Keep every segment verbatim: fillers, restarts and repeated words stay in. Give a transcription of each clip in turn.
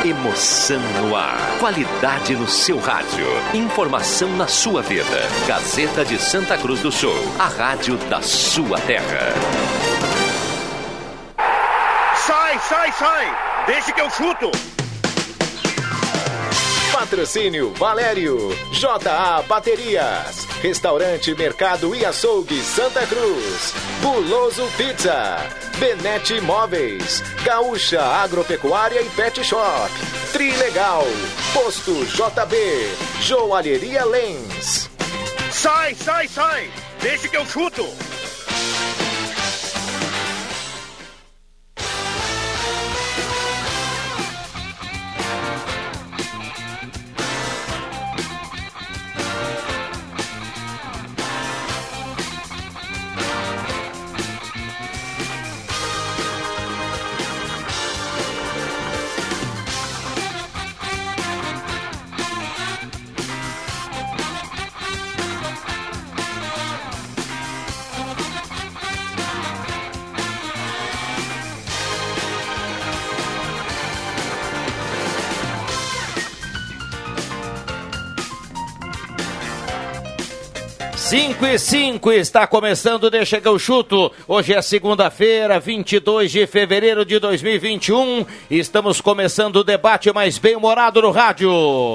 Emoção no ar. Qualidade no seu rádio. Informação na sua vida. Gazeta de Santa Cruz do Sul. A rádio da sua terra. Sai, sai, sai! Deixa que eu chuto! Patrocínio Valério, J A Baterias, Restaurante Mercado e Açougue Santa Cruz, Buloso Pizza, Benete Imóveis, Gaúcha Agropecuária e Pet Shop, Trilegal, Posto J B, Joalheria Lens. Sai, sai, sai! Deixa que eu chuto! cinco e cinco, está começando, deixa que eu chuto. Hoje é segunda-feira, vinte e dois de fevereiro de dois mil e vinte e um. Estamos começando o debate mais bem-humorado no rádio.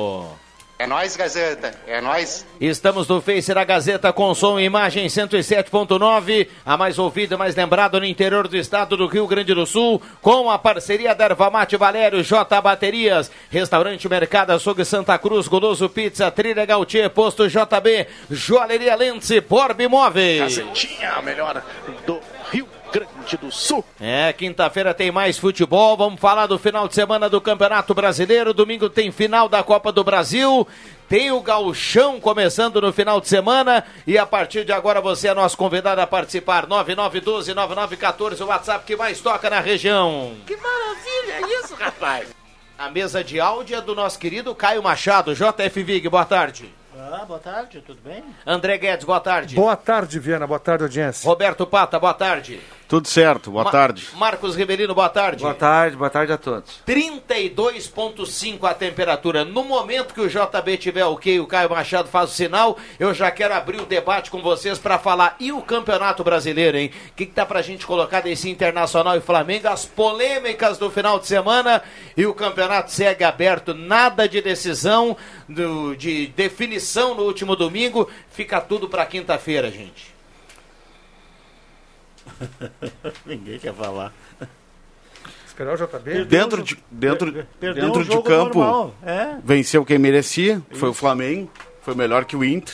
É nóis, Gazeta, é nóis. Estamos no Face da Gazeta com som e imagem cento e sete ponto nove, a mais ouvida e mais lembrada no interior do estado do Rio Grande do Sul, com a parceria da Erva Mate Valério, J Baterias, Restaurante Mercado Açougue Santa Cruz, Goloso Pizza, Trilha Gautier, Posto J B, Joalheria Lentz, Borb Imóveis. Gazetinha, a melhor do Rio Grande do Sul. É, quinta-feira tem mais futebol, vamos falar do final de semana do Campeonato Brasileiro, domingo tem final da Copa do Brasil, tem o Gauchão começando no final de semana e a partir de agora você é nosso convidado a participar, nove nove um dois, nove nove um quatro, o WhatsApp que mais toca na região. Que maravilha é isso, rapaz. A mesa de áudio é do nosso querido Caio Machado, J F Vig, boa tarde. Ah, boa tarde, tudo bem? André Guedes, boa tarde. Boa tarde, Viana, boa tarde, audiência. Roberto Pata, boa tarde. Tudo certo, boa Ma- tarde. Marcos Rivelino, boa tarde. Boa tarde, boa tarde a todos. trinta e dois vírgula cinco a temperatura. No momento que o J B tiver ok, o Caio Machado faz o sinal, eu já quero abrir o debate com vocês para falar. E o Campeonato Brasileiro, hein? O que, que tá pra gente colocar desse Internacional e Flamengo? As polêmicas do final de semana e o campeonato segue aberto. Nada de decisão, do, de definição no último domingo. Fica tudo pra quinta-feira, gente. Ninguém quer falar. Esperar o J B? Dentro de, dentro, Perdeu dentro um de jogo campo, normal. É. venceu quem merecia, foi o Flamengo, foi melhor que o Inter.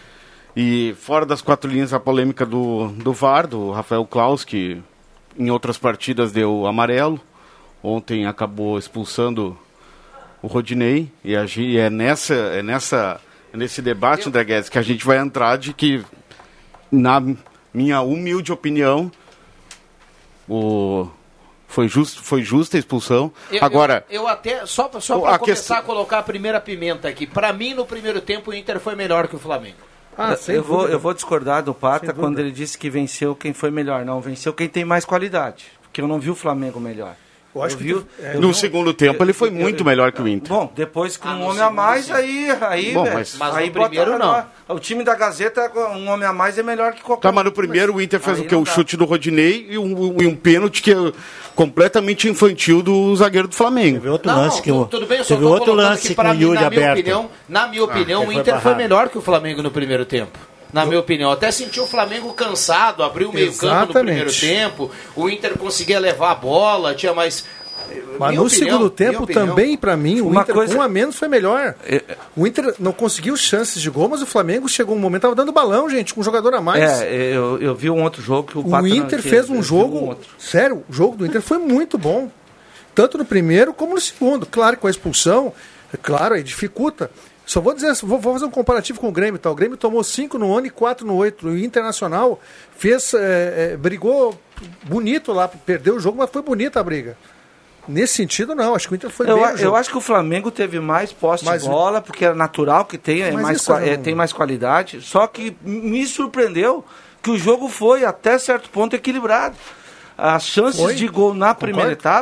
E fora das quatro linhas, a polêmica do, do V A R, do Rafael Claus, que em outras partidas deu amarelo. Ontem acabou expulsando o Rodinei. E, a, e é, nessa, é, nessa, é nesse debate, André Guedes, que a gente vai entrar de que, na minha humilde opinião, o... Foi, justo, foi justa a expulsão. Eu, Agora, eu, eu até, só, só para começar questão... a colocar a primeira pimenta aqui. Para mim, no primeiro tempo, o Inter foi melhor que o Flamengo. Ah, eu, vou, eu vou discordar do Pata quando ele disse que venceu quem foi melhor. Não, venceu quem tem mais qualidade. Porque eu não vi o Flamengo melhor. Eu acho eu que vi, tu, é, no eu, segundo tempo eu, ele foi eu, muito eu, melhor que o Inter. Bom, depois com ah, um homem a mais, sim. aí, aí, Bom, velho, mas, mas aí no primeiro bota, não. O time da Gazeta, um homem a mais é melhor que qualquer Tá, mas no primeiro mas, o Inter fez o que? O dá. chute do Rodinei e um, e um pênalti que é completamente infantil do zagueiro do Flamengo. Teve outro não, lance não, que o tudo bem, eu só teve tô outro colocando lance que com o mim, Yuri na minha aberto. opinião, na minha opinião, ah, o Inter foi melhor que o Flamengo no primeiro tempo. Na minha opinião, até senti o Flamengo cansado, abriu o meio campo no primeiro tempo, o Inter conseguia levar a bola, tinha mais... Mas minha no opinião, segundo tempo também, para mim, o Uma Inter coisa... com um a menos foi melhor. É... O Inter não conseguiu chances de gol, mas o Flamengo chegou um momento, tava dando balão, gente, com um jogador a mais. É, eu, eu vi um outro jogo que o O Pata Inter que, fez um jogo, um sério, o jogo do Inter foi muito bom. Tanto no primeiro como no segundo. Claro, com a expulsão, é claro, aí dificulta. Só vou dizer, vou, vou fazer um comparativo com o Grêmio. Tá? O Grêmio tomou cinco no ano e quatro no oito. O Internacional fez, é, é, brigou bonito lá, perdeu o jogo, mas foi bonita a briga. Nesse sentido, não. Acho que o Inter foi eu, bem. Eu acho que o Flamengo teve mais posse mas, de bola, porque é natural que tenha, é mais, não... é, tem mais qualidade. Só que me surpreendeu que o jogo foi, até certo ponto, equilibrado. As chances foi? de gol na primeira Concordo. etapa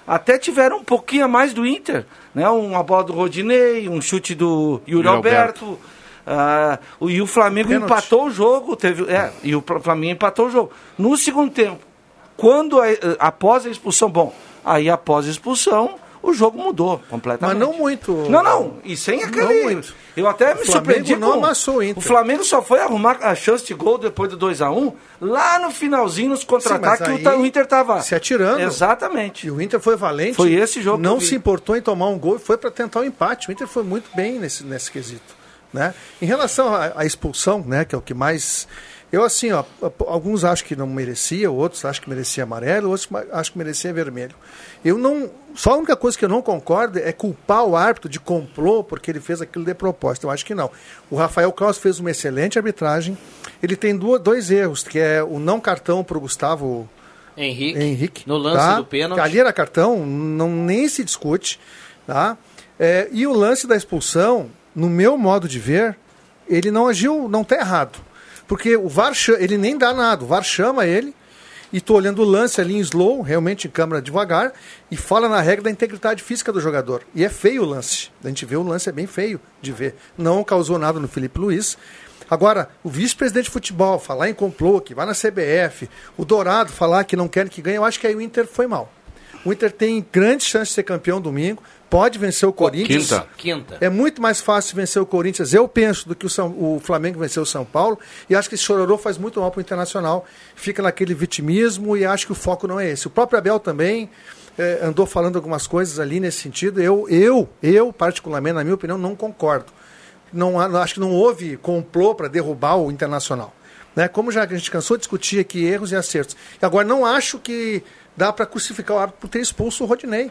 até tiveram um pouquinho a mais do Inter, né? Uma bola do Rodinei, um chute do Yuri Alberto, uh, o, e o Flamengo Pênalti. empatou o jogo, teve, é, e o Flamengo empatou o jogo. No segundo tempo, quando a, após a expulsão, bom, aí após a expulsão, o jogo mudou completamente. Mas não muito. Não, não, e sem aquele... Não muito. Eu até me surpreendi não com... amassou o Inter. O Flamengo só foi arrumar a chance de gol depois do dois a um, lá no finalzinho, nos contra-ataques, que o Inter estava... se atirando. Exatamente. E o Inter foi valente. Foi esse jogo Não se importou em tomar um gol e foi para tentar o um empate. O Inter foi muito bem nesse, nesse quesito. Né? Em relação à, à expulsão, né, que é o que mais... Eu, assim, ó, alguns acham que não merecia, outros acham que merecia amarelo, outros acham que merecia vermelho. Eu não... Só a única coisa que eu não concordo é culpar o árbitro de complô porque ele fez aquilo de propósito. Eu acho que não. O Rafael Claus fez uma excelente arbitragem. Ele tem duas, dois erros, que é o não cartão para o Gustavo Henrique, Henrique no lance tá? do pênalti. Ali era cartão, não, nem se discute. Tá? É, e o lance da expulsão, no meu modo de ver, ele não agiu, não está errado. Porque o V A R, ele nem dá nada, o V A R chama ele, e estou olhando o lance ali em slow, realmente em câmera devagar, e fala na regra da integridade física do jogador. E é feio o lance. A gente vê o lance, é bem feio de ver. Não causou nada no Felipe Luiz. Agora, o vice-presidente de futebol falar em complô, que vai na C B F, o Dourado falar que não quer que ganhe, eu acho que aí o Inter foi mal. O Inter tem grande chance de ser campeão domingo, pode vencer o Corinthians. Quinta. Quinta. É muito mais fácil vencer o Corinthians, eu penso, do que o, São, o Flamengo vencer o São Paulo. E acho que esse chororô faz muito mal para o Internacional. Fica naquele vitimismo e acho que o foco não é esse. O próprio Abel também é, andou falando algumas coisas ali nesse sentido. Eu, eu, eu, particularmente, na minha opinião, não concordo. Não, acho que não houve complô para derrubar o Internacional. Né? Como já a gente cansou de discutir aqui erros e acertos. E agora, não acho que dá para crucificar o árbitro por ter expulso o Rodinei.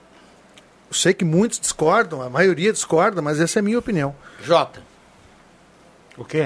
Eu sei que muitos discordam, a maioria discorda, mas essa é a minha opinião. Jota. O quê?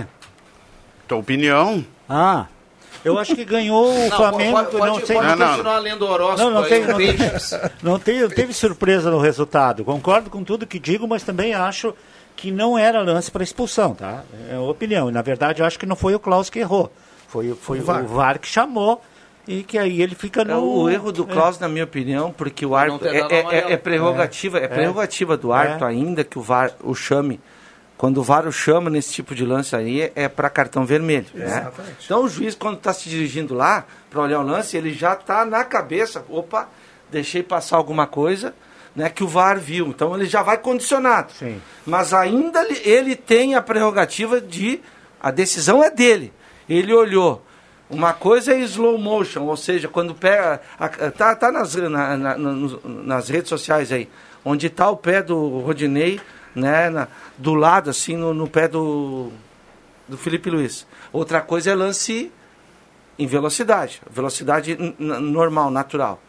Tua opinião? Ah, eu acho que ganhou o Não, Flamengo. Pode, pode, não, sei, pode não, continuar não. lendo o horóscopo. Não, não, aí, tem, não, peixes. não teve, teve surpresa no resultado. Concordo com tudo que digo, mas também acho que não era lance para expulsão, tá? É a opinião. E, na verdade, eu acho que não foi o Klaus que errou. Foi, foi o, V A R. o V A R que chamou. E que aí ele fica no... É o erro do Klaus, é. na minha opinião, porque o árbitro... É, é, é, é prerrogativa, é. é prerrogativa do árbitro é. ainda que o V A R o chame. Quando o V A R o chama nesse tipo de lance aí, é para cartão vermelho. Né? Então o juiz, quando está se dirigindo lá para olhar o lance, ele já está na cabeça, opa, deixei passar alguma coisa, né, que o V A R viu. Então ele já vai condicionado. Sim. Mas ainda ele, ele tem a prerrogativa de... A decisão é dele. Ele olhou. Uma coisa é slow motion, ou seja, quando pega... Tá, tá nas, na, na, nas redes sociais aí, onde está o pé do Rodinei, né, na, do lado, assim, no, no pé do, do Felipe Luiz. Outra coisa é lance em velocidade, velocidade n- normal, natural.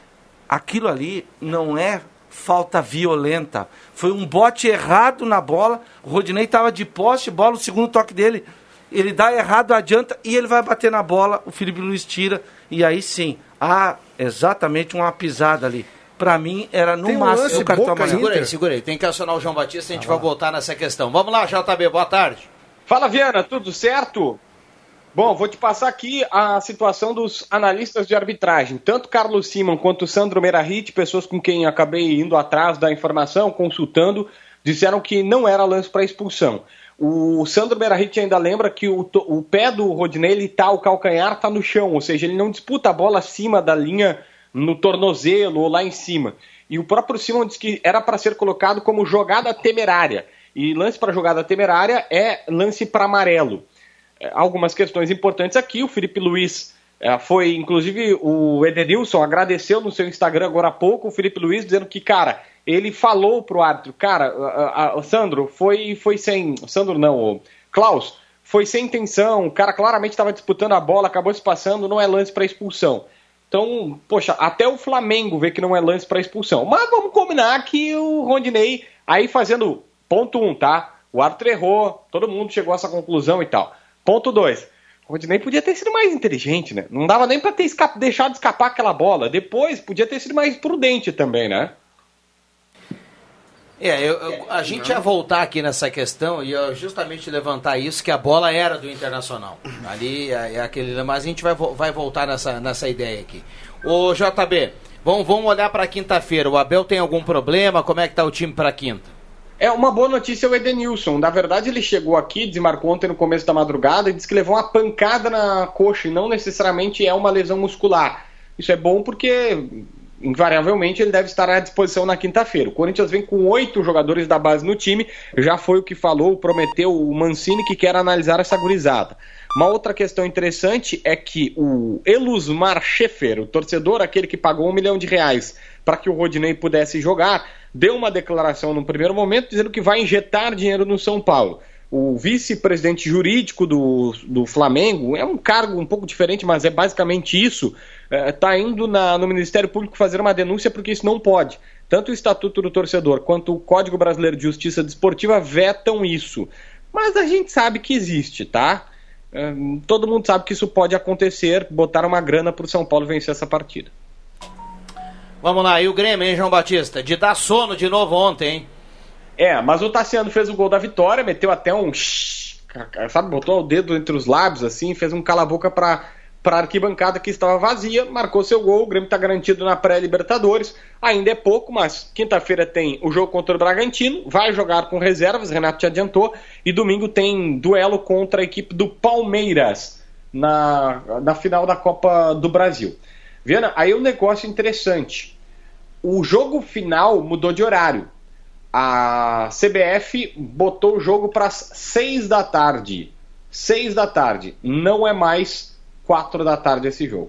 Aquilo ali não é falta violenta, foi um bote errado na bola, o Rodinei estava de poste, bola, o segundo toque dele... Ele dá errado, adianta, e ele vai bater na bola, o Felipe Luiz tira, e aí sim, há exatamente uma pisada ali. Pra mim, era no tem máximo um o cartão amarelo. Segura aí, segura aí, tem que acionar o João Batista, a gente ah, vai voltar nessa questão. Vamos lá, J B, boa tarde. Fala, Viana, tudo certo? Bom, vou te passar aqui a situação dos analistas de arbitragem. Tanto Carlos Simon quanto Sandro Merahit, pessoas com quem acabei indo atrás da informação, consultando, disseram que não era lance para expulsão. O Sandro Merahit ainda lembra que o, o pé do Rodinei, ele tá, o calcanhar está no chão, ou seja, ele não disputa a bola acima da linha no tornozelo ou lá em cima. E o próprio Simon disse que era para ser colocado como jogada temerária. E lance para jogada temerária é lance para amarelo. É, algumas questões importantes aqui, o Felipe Luiz é, foi, inclusive o Edenilson agradeceu no seu Instagram agora há pouco, o Felipe Luiz dizendo que, cara... Ele falou pro árbitro, cara, o Sandro foi, foi sem... Sandro não, o Klaus, foi sem intenção, o cara claramente estava disputando a bola, acabou se passando, não é lance para expulsão. Então, poxa, até o Flamengo vê que não é lance para expulsão. Mas vamos combinar que o Rodinei, aí fazendo ponto um, tá? O árbitro errou, todo mundo chegou a essa conclusão e tal. Ponto dois. O Rodinei podia ter sido mais inteligente, né? Não dava nem para ter escap- deixado escapar aquela bola. Depois, podia ter sido mais prudente também, né? É, eu, eu, a gente ia voltar aqui nessa questão e eu justamente levantar isso, que a bola era do Internacional. Ali é, é aquele, mas a gente vai, vai voltar nessa, nessa ideia aqui. Ô J B, Vamos, vamos olhar para quinta-feira. O Abel tem algum problema? Como é que tá o time para quinta? É uma boa notícia o Edenilson. Na verdade, ele chegou aqui, desmarcou ontem no começo da madrugada e disse que levou uma pancada na coxa e não necessariamente é uma lesão muscular. Isso é bom porque, invariavelmente, ele deve estar à disposição na quinta-feira. O Corinthians vem com oito jogadores da base no time, já foi o que falou, prometeu o Mancini que quer analisar essa gurizada. Uma outra questão interessante é que o Elusmar Schaefer, o torcedor, aquele que pagou um milhão de reais para que o Rodinei pudesse jogar, deu uma declaração no primeiro momento dizendo que vai injetar dinheiro no São Paulo. O vice-presidente jurídico do, do Flamengo, é um cargo um pouco diferente, mas é basicamente isso, está é, indo na, no Ministério Público fazer uma denúncia porque isso não pode. Tanto o Estatuto do Torcedor quanto o Código Brasileiro de Justiça Desportiva vetam isso. Mas a gente sabe que existe, tá? É, todo mundo sabe que isso pode acontecer, botar uma grana para o São Paulo vencer essa partida. Vamos lá, e o Grêmio, hein, João Batista? De dar sono de novo ontem, hein? É, mas o Tassiano fez o gol da vitória, meteu até um... Sabe, botou o dedo entre os lábios, assim, fez um cala-boca para a arquibancada que estava vazia, marcou seu gol, o Grêmio está garantido na pré-Libertadores, ainda é pouco, mas quinta-feira tem o jogo contra o Bragantino, vai jogar com reservas, Renato te adiantou, e domingo tem duelo contra a equipe do Palmeiras, na, na final da Copa do Brasil. Viana, aí um negócio interessante, o jogo final mudou de horário. A C B F botou o jogo para as seis da tarde. Seis da tarde. Não é mais quatro da tarde esse jogo.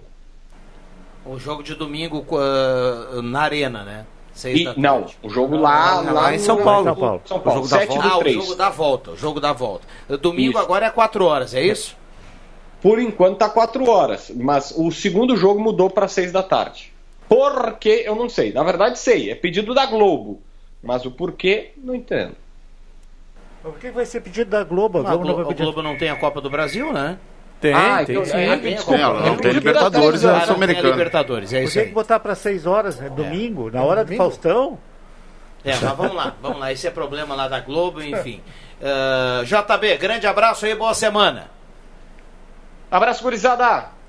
O jogo de domingo uh, na Arena, né? Seis e, da tarde. Não, o jogo lá, lá, lá em São Paulo. São Paulo. São Paulo. O jogo sete da volta. Ah, o jogo da volta. O jogo da volta. Domingo isso. Agora é quatro horas, é isso? Por enquanto está quatro horas. Mas o segundo jogo mudou para seis da tarde. Por que? Eu não sei. Na verdade sei. É pedido da Globo. Mas o porquê, não entendo. Por que vai ser pedido da Globo? A Globo, não, vai pedir... a Globo não tem a Copa do Brasil, né? Tem, ah, tem, então, sim. É, tem, desculpa, ela não tem Libertadores, é Sul-Americana. Libertadores, é isso. Por que botar para seis horas, é domingo, é. na hora do Faustão? É, mas vamos lá, vamos lá. Esse é problema lá da Globo, enfim. Uh, J B, grande abraço aí, boa semana. Abraço, gurizada.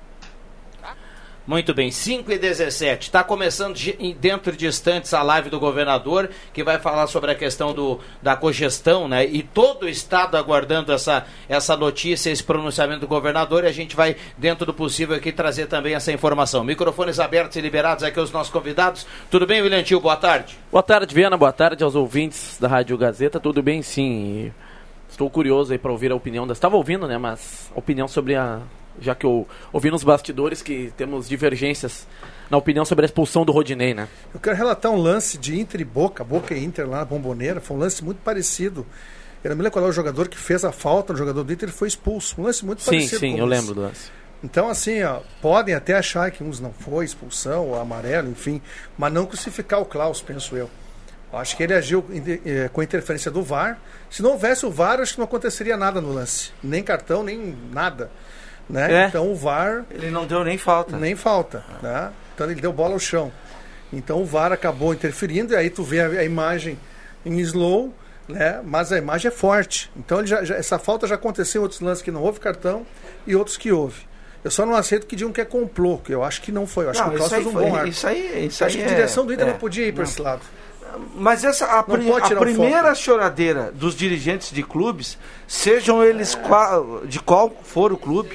Muito bem, cinco e dezessete, está começando dentro de instantes a live do governador, que vai falar sobre a questão do, da cogestão, né? E todo o estado aguardando essa, essa notícia, esse pronunciamento do governador, e a gente vai, dentro do possível, aqui trazer também essa informação. Microfones abertos e liberados aqui aos nossos convidados. Tudo bem, William Tio? Boa tarde. Boa tarde, Viana, boa tarde aos ouvintes da Rádio Gazeta. Tudo bem, sim. Estou curioso aí para ouvir a opinião das... Estava ouvindo, né? Mas a opinião sobre a... Já que eu ouvi nos bastidores que temos divergências na opinião sobre a expulsão do Rodinei, né? Eu quero relatar um lance de Inter e Boca, Boca e Inter lá na Bomboneira. Foi um lance muito parecido. Eu não me lembro qual é o jogador que fez a falta no jogador do Inter e foi expulso. Um lance muito sim, parecido. Sim, sim, eu lembro do lance. Então, assim, ó, podem até achar que uns não foi expulsão, ou amarelo, enfim, mas não crucificar o Klaus, penso eu. Acho que ele agiu com a interferência do V A R. Se não houvesse o V A R, acho que não aconteceria nada no lance. Nem cartão, nem nada. Né? É. Então o V A R... Ele não deu nem falta. Nem falta. Né? Então ele deu bola ao chão. Então o V A R acabou interferindo, e aí tu vê a, a imagem em slow, né? Mas a imagem é forte. Então ele já, já, essa falta já aconteceu em outros lances que não houve cartão e outros que houve. Eu só não aceito que digam que é complô, que eu acho que não foi. Eu acho não, que o Klaus fez um foi, bom arco. Isso aí, isso eu acho aí que a é, direção do Inter é, não podia ir para esse lado. Mas essa a, prim, a primeira choradeira dos dirigentes de clubes, sejam eles qual, de qual for o clube,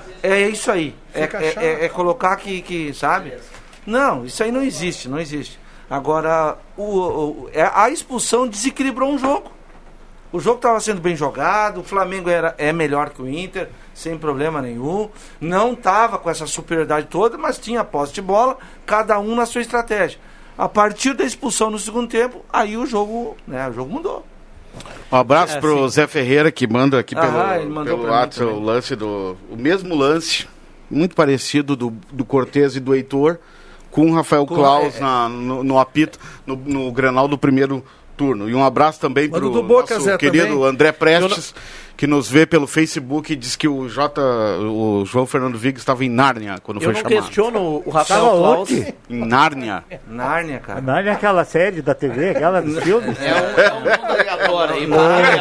é isso aí. É, é, é, é colocar que, que, sabe? Não, isso aí não existe, não existe. Agora, o, o, a expulsão desequilibrou um jogo. O jogo estava sendo bem jogado, o Flamengo era, é melhor que o Inter, sem problema nenhum. Não estava com essa superioridade toda, mas tinha posse de bola, cada um na sua estratégia. A partir da expulsão no segundo tempo, aí o jogo, né, o jogo mudou. Um abraço é, pro sim. Zé Ferreira, que manda aqui ah, pelo, pelo WhatsApp o lance do. O mesmo lance, muito parecido do, do Cortez e do Heitor, com o Rafael com, Klaus é, na, no, no apito, no, no Grenal do primeiro turno. E um abraço também para o nosso Zé, querido também. André Prestes, que nos vê pelo Facebook e diz que o, J, o João Fernando Vigo estava em Nárnia quando eu foi chamado. Eu não questiono o Rafael Klaus. Em Nárnia. Nárnia, cara. Nárnia é aquela série da T V, aquela dos filmes. É um, é um mundo aleatório aí.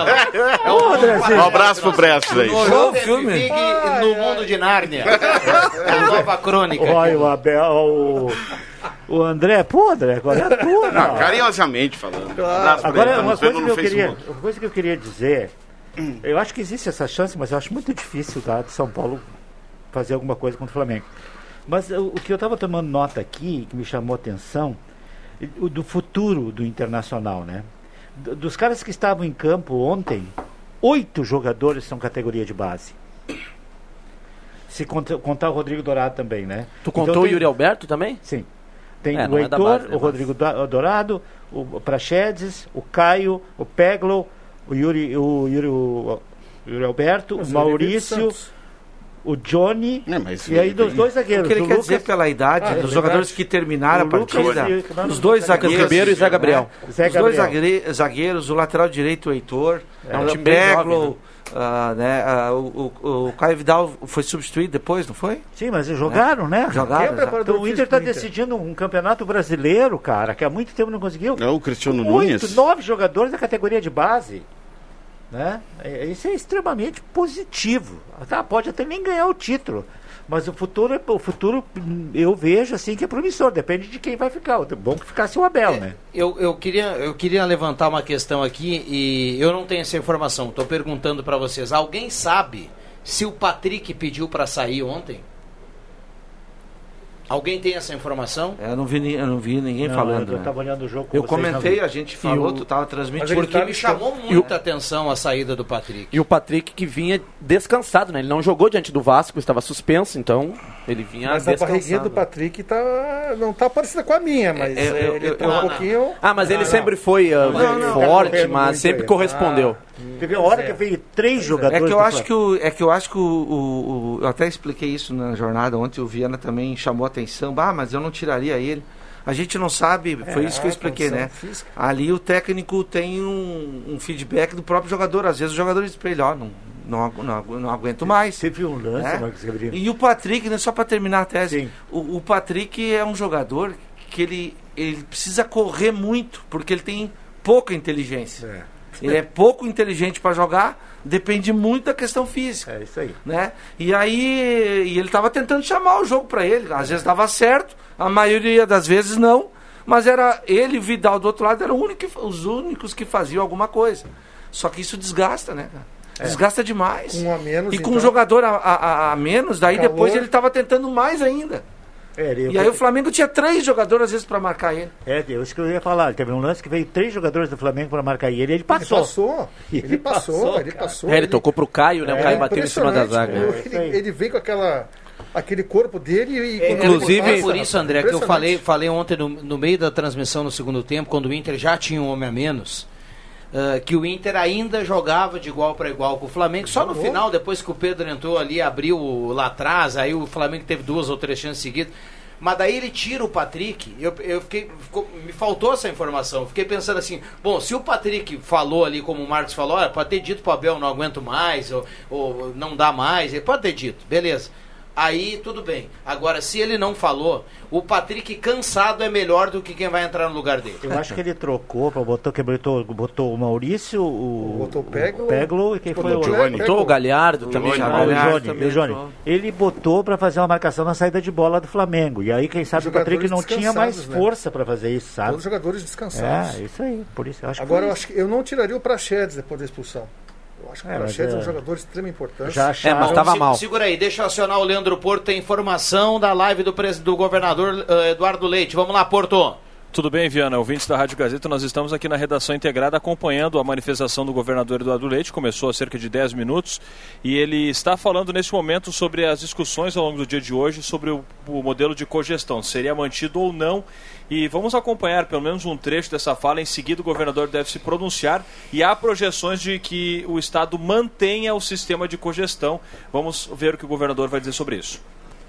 É um, um abraço pro Prestes aí. João Fernando Vigo no mundo de Nárnia. A nova crônica. Olha o Abel... O... O André, pô, André, agora é tua. Não, carinhosamente falando. Claro. Agora, uma coisa, que eu queria, uma coisa que eu queria dizer, eu acho que existe essa chance, mas eu acho muito difícil, tá, de São Paulo fazer alguma coisa contra o Flamengo. Mas o, o que eu estava tomando nota aqui, que me chamou a atenção, o do futuro do Internacional, né? D- dos caras que estavam em campo ontem, oito jogadores são categoria de base. Se conta, contar o Rodrigo Dourado também, né? Tu contou então, tem... o Yuri Alberto também? Sim. Tem é, o Heitor, é base, né, o Rodrigo mas... Dourado, o Praxedes, o Caio, o Peglo, o Yuri, o Yuri, o Yuri Alberto, mas o Maurício, o Johnny, é, mas, e aí dos dois zagueiros. O que ele quer Lucas... dizer pela idade ah, dos é jogadores que terminaram a partida, e... os dois zagueiros, Ribeiro e Zé Gabriel. Né? Zé Gabriel. Os dois zagueiros, o lateral direito, o Heitor, é um time Peglo, Uh, né, uh, o, o, o Caio Vidal foi substituído depois, não foi? Sim, mas eles jogaram, é. né? Jogaram. Então, o Inter está decidindo um campeonato brasileiro, cara, que há muito tempo não conseguiu. É o Cristiano Nunes. Oito, nove jogadores da categoria de base. Né? Isso é extremamente positivo. Tá, pode até nem ganhar o título. Mas o futuro, o futuro eu vejo assim que é promissor, depende de quem vai ficar. É bom que ficasse o Abel, é, né? Eu, eu, queria, eu queria levantar uma questão aqui e eu não tenho essa informação. Estou perguntando para vocês. Alguém sabe se o Patrick pediu para sair ontem? Alguém tem essa informação? É, eu, não vi, eu não vi ninguém não, falando. Eu estava né? olhando o jogo com Eu comentei, a gente falou, o... tu estava transmitindo. Porque tá me chamou muita atenção a saída do Patrick. E o Patrick que vinha descansado, né? Ele não jogou diante do Vasco, estava suspenso, então ele vinha mas descansado. Mas a barriguinha do Patrick tá, não está parecida com a minha, mas é, eu, ele eu, tá eu, um pouquinho... Ah, mas ele ah, sempre foi uh, não, não, forte, não, mas sempre aí. correspondeu. Ah. Teve uma hora é. que veio três jogadores. É que eu acho que o, é que eu acho que o, o, o eu até expliquei isso na jornada ontem. O Viana também chamou a atenção. Ah, mas eu não tiraria ele. A gente não sabe. Foi é, isso que eu expliquei, né? Física. Ali o técnico tem um, um feedback do próprio jogador. Às vezes o jogador diz para ele, ó, não, não, não, não aguento mais. Teve um lance, né? Marcos Gabriel. E o Patrick, né, só para terminar a tese, o, o Patrick é um jogador que ele, ele precisa correr muito, porque ele tem pouca inteligência. É. Ele é pouco inteligente para jogar, depende muito da questão física. É isso aí. Né? E aí e ele estava tentando chamar o jogo para ele. Às vezes dava certo, a maioria das vezes não. Mas era ele e o Vidal do outro lado eram único, os únicos que faziam alguma coisa. Só que isso desgasta, né? É. Desgasta demais. Com um a menos, e com então... um jogador a, a, a menos, daí Calor. depois ele estava tentando mais ainda. É, e aí o Flamengo tinha três jogadores às vezes para marcar ele. É, isso que eu ia falar. Teve um lance que veio três jogadores do Flamengo para marcar ele. Ele passou. Ele passou. Ele, ele passou, passou. Ele passou. É, ele, ele tocou pro Caio, né? É, o Caio bateu em cima da zaga. Ele, ele veio com aquela aquele corpo dele e é, inclusive passa, por isso, André, que eu falei, falei ontem no, no meio da transmissão no segundo tempo, quando o Inter já tinha um homem a menos. Uh, que o Inter ainda jogava de igual para igual com o Flamengo. Só no final, depois que o Pedro entrou ali, abriu lá atrás, aí o Flamengo teve duas ou três chances seguidas. Mas daí ele tira o Patrick. Eu, eu fiquei, ficou, me faltou essa informação. Fiquei pensando assim, bom, se o Patrick falou ali, como o Marcos falou, olha, pode ter dito pro Abel, não aguento mais, ou, ou não dá mais, ele pode ter dito, beleza. Aí tudo bem. Agora, se ele não falou, o Patrick cansado é melhor do que quem vai entrar no lugar dele. Eu acho que ele trocou, botou, que botou, botou o Maurício, o, botou o Peglo, o Peglo e quem foi o Johnny. Botou o Galhardo o também. Johnny, ah, o Johnny, também o Johnny. Ele botou para fazer uma marcação na saída de bola do Flamengo. E aí, quem sabe, o Patrick não tinha mais né? força para fazer isso, sabe? Todos os jogadores descansados. É, isso aí. Por isso, eu acho Agora, que eu acho que eu não tiraria o Praxedes depois da expulsão. Eu acho que é, o Praxedes é um jogador de extrema importância. Já acharam... é, mas estava mal. Segura aí, deixa eu acionar o Leandro Porto. Tem informação da live do, pres... do governador uh, Eduardo Leite. Vamos lá, Porto. Tudo bem, Viana? Ouvintes da Rádio Gazeta, nós estamos aqui na redação integrada acompanhando a manifestação do governador Eduardo Leite. Começou há cerca de dez minutos e ele está falando nesse momento sobre as discussões ao longo do dia de hoje sobre o, o modelo de cogestão, seria mantido ou não. E vamos acompanhar pelo menos um trecho dessa fala. Em seguida o governador deve se pronunciar e há projeções de que o Estado mantenha o sistema de cogestão. Vamos ver o que o governador vai dizer sobre isso.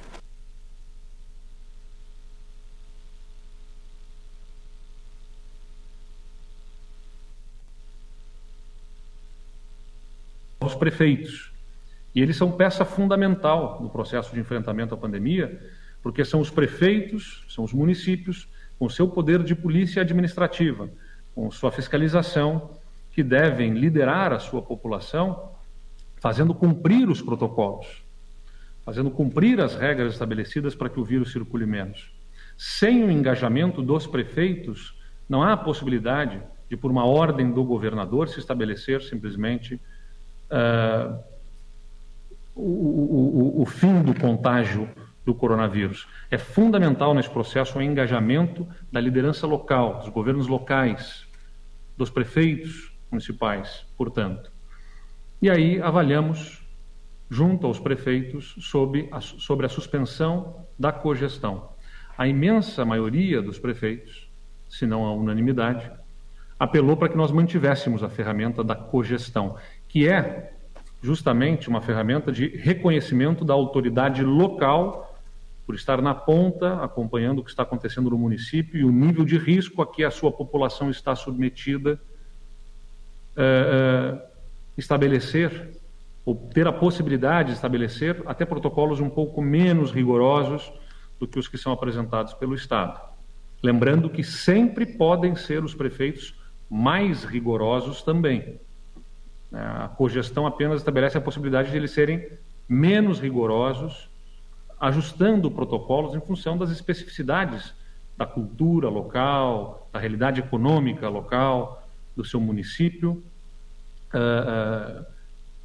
Os prefeitos. E eles são peça fundamental no processo de enfrentamento à pandemia, porque são os prefeitos, são os municípios, com seu poder de polícia administrativa, com sua fiscalização, que devem liderar a sua população, fazendo cumprir os protocolos, fazendo cumprir as regras estabelecidas para que o vírus circule menos. sem o engajamento dos prefeitos, não há a possibilidade de, por uma ordem do governador, se estabelecer simplesmente uh, o, o, o, o fim do contágio do coronavírus. É fundamental nesse processo o engajamento da liderança local, dos governos locais, dos prefeitos municipais, portanto. E aí avaliamos, junto aos prefeitos, sobre a, sobre a suspensão da cogestão. A imensa maioria dos prefeitos, se não a unanimidade, apelou para que nós mantivéssemos a ferramenta da cogestão, que é justamente uma ferramenta de reconhecimento da autoridade local por estar na ponta, acompanhando o que está acontecendo no município e o nível de risco a que a sua população está submetida, uh, uh, estabelecer, ou ter a possibilidade de estabelecer até protocolos um pouco menos rigorosos do que os que são apresentados pelo Estado. Lembrando que sempre podem ser os prefeitos mais rigorosos também. A cogestão apenas estabelece a possibilidade de eles serem menos rigorosos, ajustando protocolos em função das especificidades da cultura local, da realidade econômica local, do seu município, uh, uh,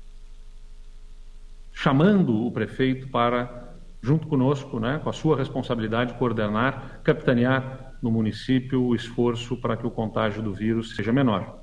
chamando o prefeito para, junto conosco, né, com a sua responsabilidade, coordenar, capitanear no município o esforço para que o contágio do vírus seja menor.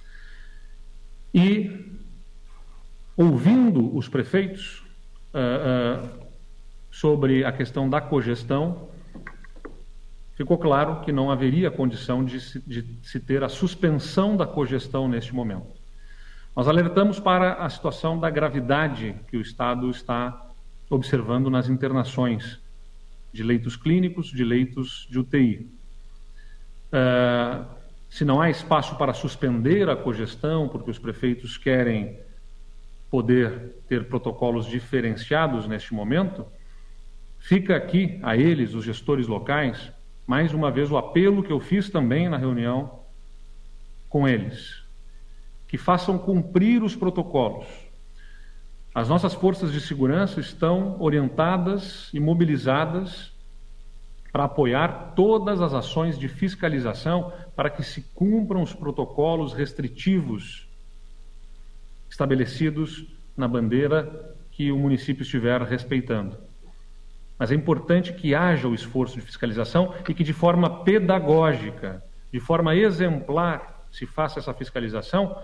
E, ouvindo os prefeitos uh, uh, sobre a questão da cogestão, ficou claro que não haveria condição de se, de se ter a suspensão da cogestão neste momento. Nós alertamos para a situação da gravidade que o Estado está observando nas internações de leitos clínicos, de leitos de U T I. Uh, se não há espaço para suspender a cogestão, porque os prefeitos querem poder ter protocolos diferenciados neste momento, fica aqui a eles, os gestores locais, mais uma vez o apelo que eu fiz também na reunião com eles, que façam cumprir os protocolos. As nossas forças de segurança estão orientadas e mobilizadas para apoiar todas as ações de fiscalização para que se cumpram os protocolos restritivos estabelecidos na bandeira que o município estiver respeitando. Mas é importante que haja o esforço de fiscalização e que de forma pedagógica, de forma exemplar, se faça essa fiscalização,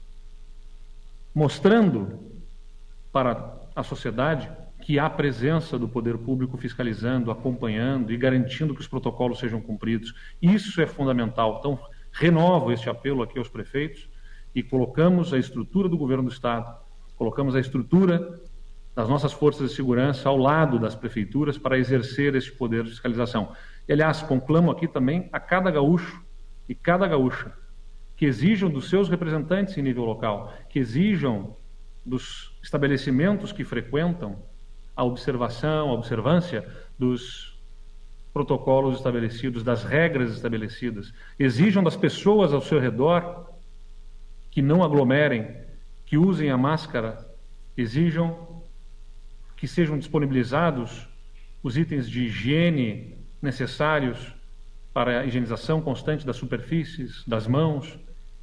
mostrando para a sociedade que há presença do poder público fiscalizando, acompanhando e garantindo que os protocolos sejam cumpridos. Isso é fundamental. Então, renovo este apelo aqui aos prefeitos e colocamos a estrutura do governo do Estado, colocamos a estrutura das nossas forças de segurança ao lado das prefeituras para exercer este poder de fiscalização. E, aliás, conclamo aqui também a cada gaúcho e cada gaúcha que exijam dos seus representantes em nível local, que exijam dos estabelecimentos que frequentam a observação, a observância dos protocolos estabelecidos, das regras estabelecidas. Exijam das pessoas ao seu redor que não aglomerem, que usem a máscara, exijam que sejam disponibilizados os itens de higiene necessários para a higienização constante das superfícies, das mãos.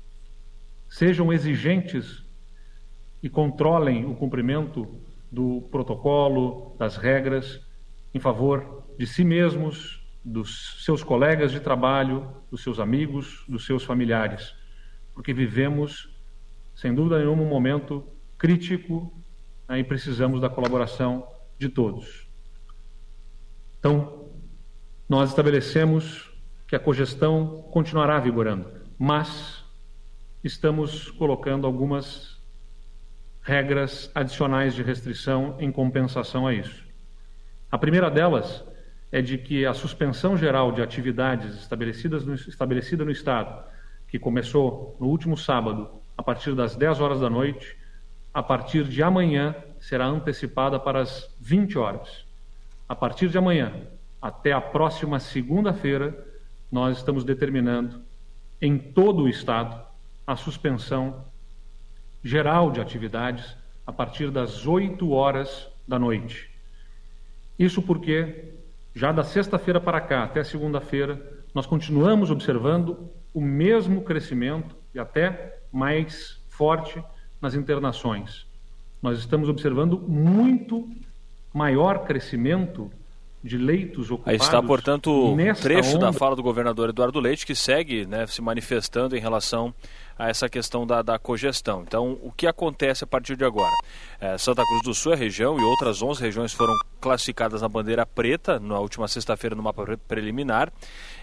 Sejam exigentes e controlem o cumprimento do protocolo, das regras, em favor de si mesmos, dos seus colegas de trabalho, dos seus amigos, dos seus familiares. Porque vivemos, sem dúvida nenhuma, um momento crítico, né, e precisamos da colaboração de todos. Então, nós estabelecemos que a cogestão continuará vigorando, mas estamos colocando algumas regras adicionais de restrição em compensação a isso. A primeira delas é de que a suspensão geral de atividades estabelecidas no, estabelecida no Estado, que começou no último sábado, a partir das dez horas da noite, a partir de amanhã será antecipada para as vinte horas. A partir de amanhã, até a próxima segunda-feira, nós estamos determinando em todo o Estado a suspensão geral de atividades a partir das oito horas da noite. Isso porque Já da sexta-feira para cá, até segunda-feira, nós continuamos observando o mesmo crescimento e até mais forte nas internações. Nós estamos observando muito maior crescimento de leitos ocupados. Aí está, portanto, o trecho onda. da fala do governador Eduardo Leite, que segue, né, se manifestando em relação a essa questão da, da cogestão. Então, o que acontece a partir de agora? É, Santa Cruz do Sul, a região, e outras onze regiões foram classificadas na bandeira preta na última sexta-feira no mapa preliminar.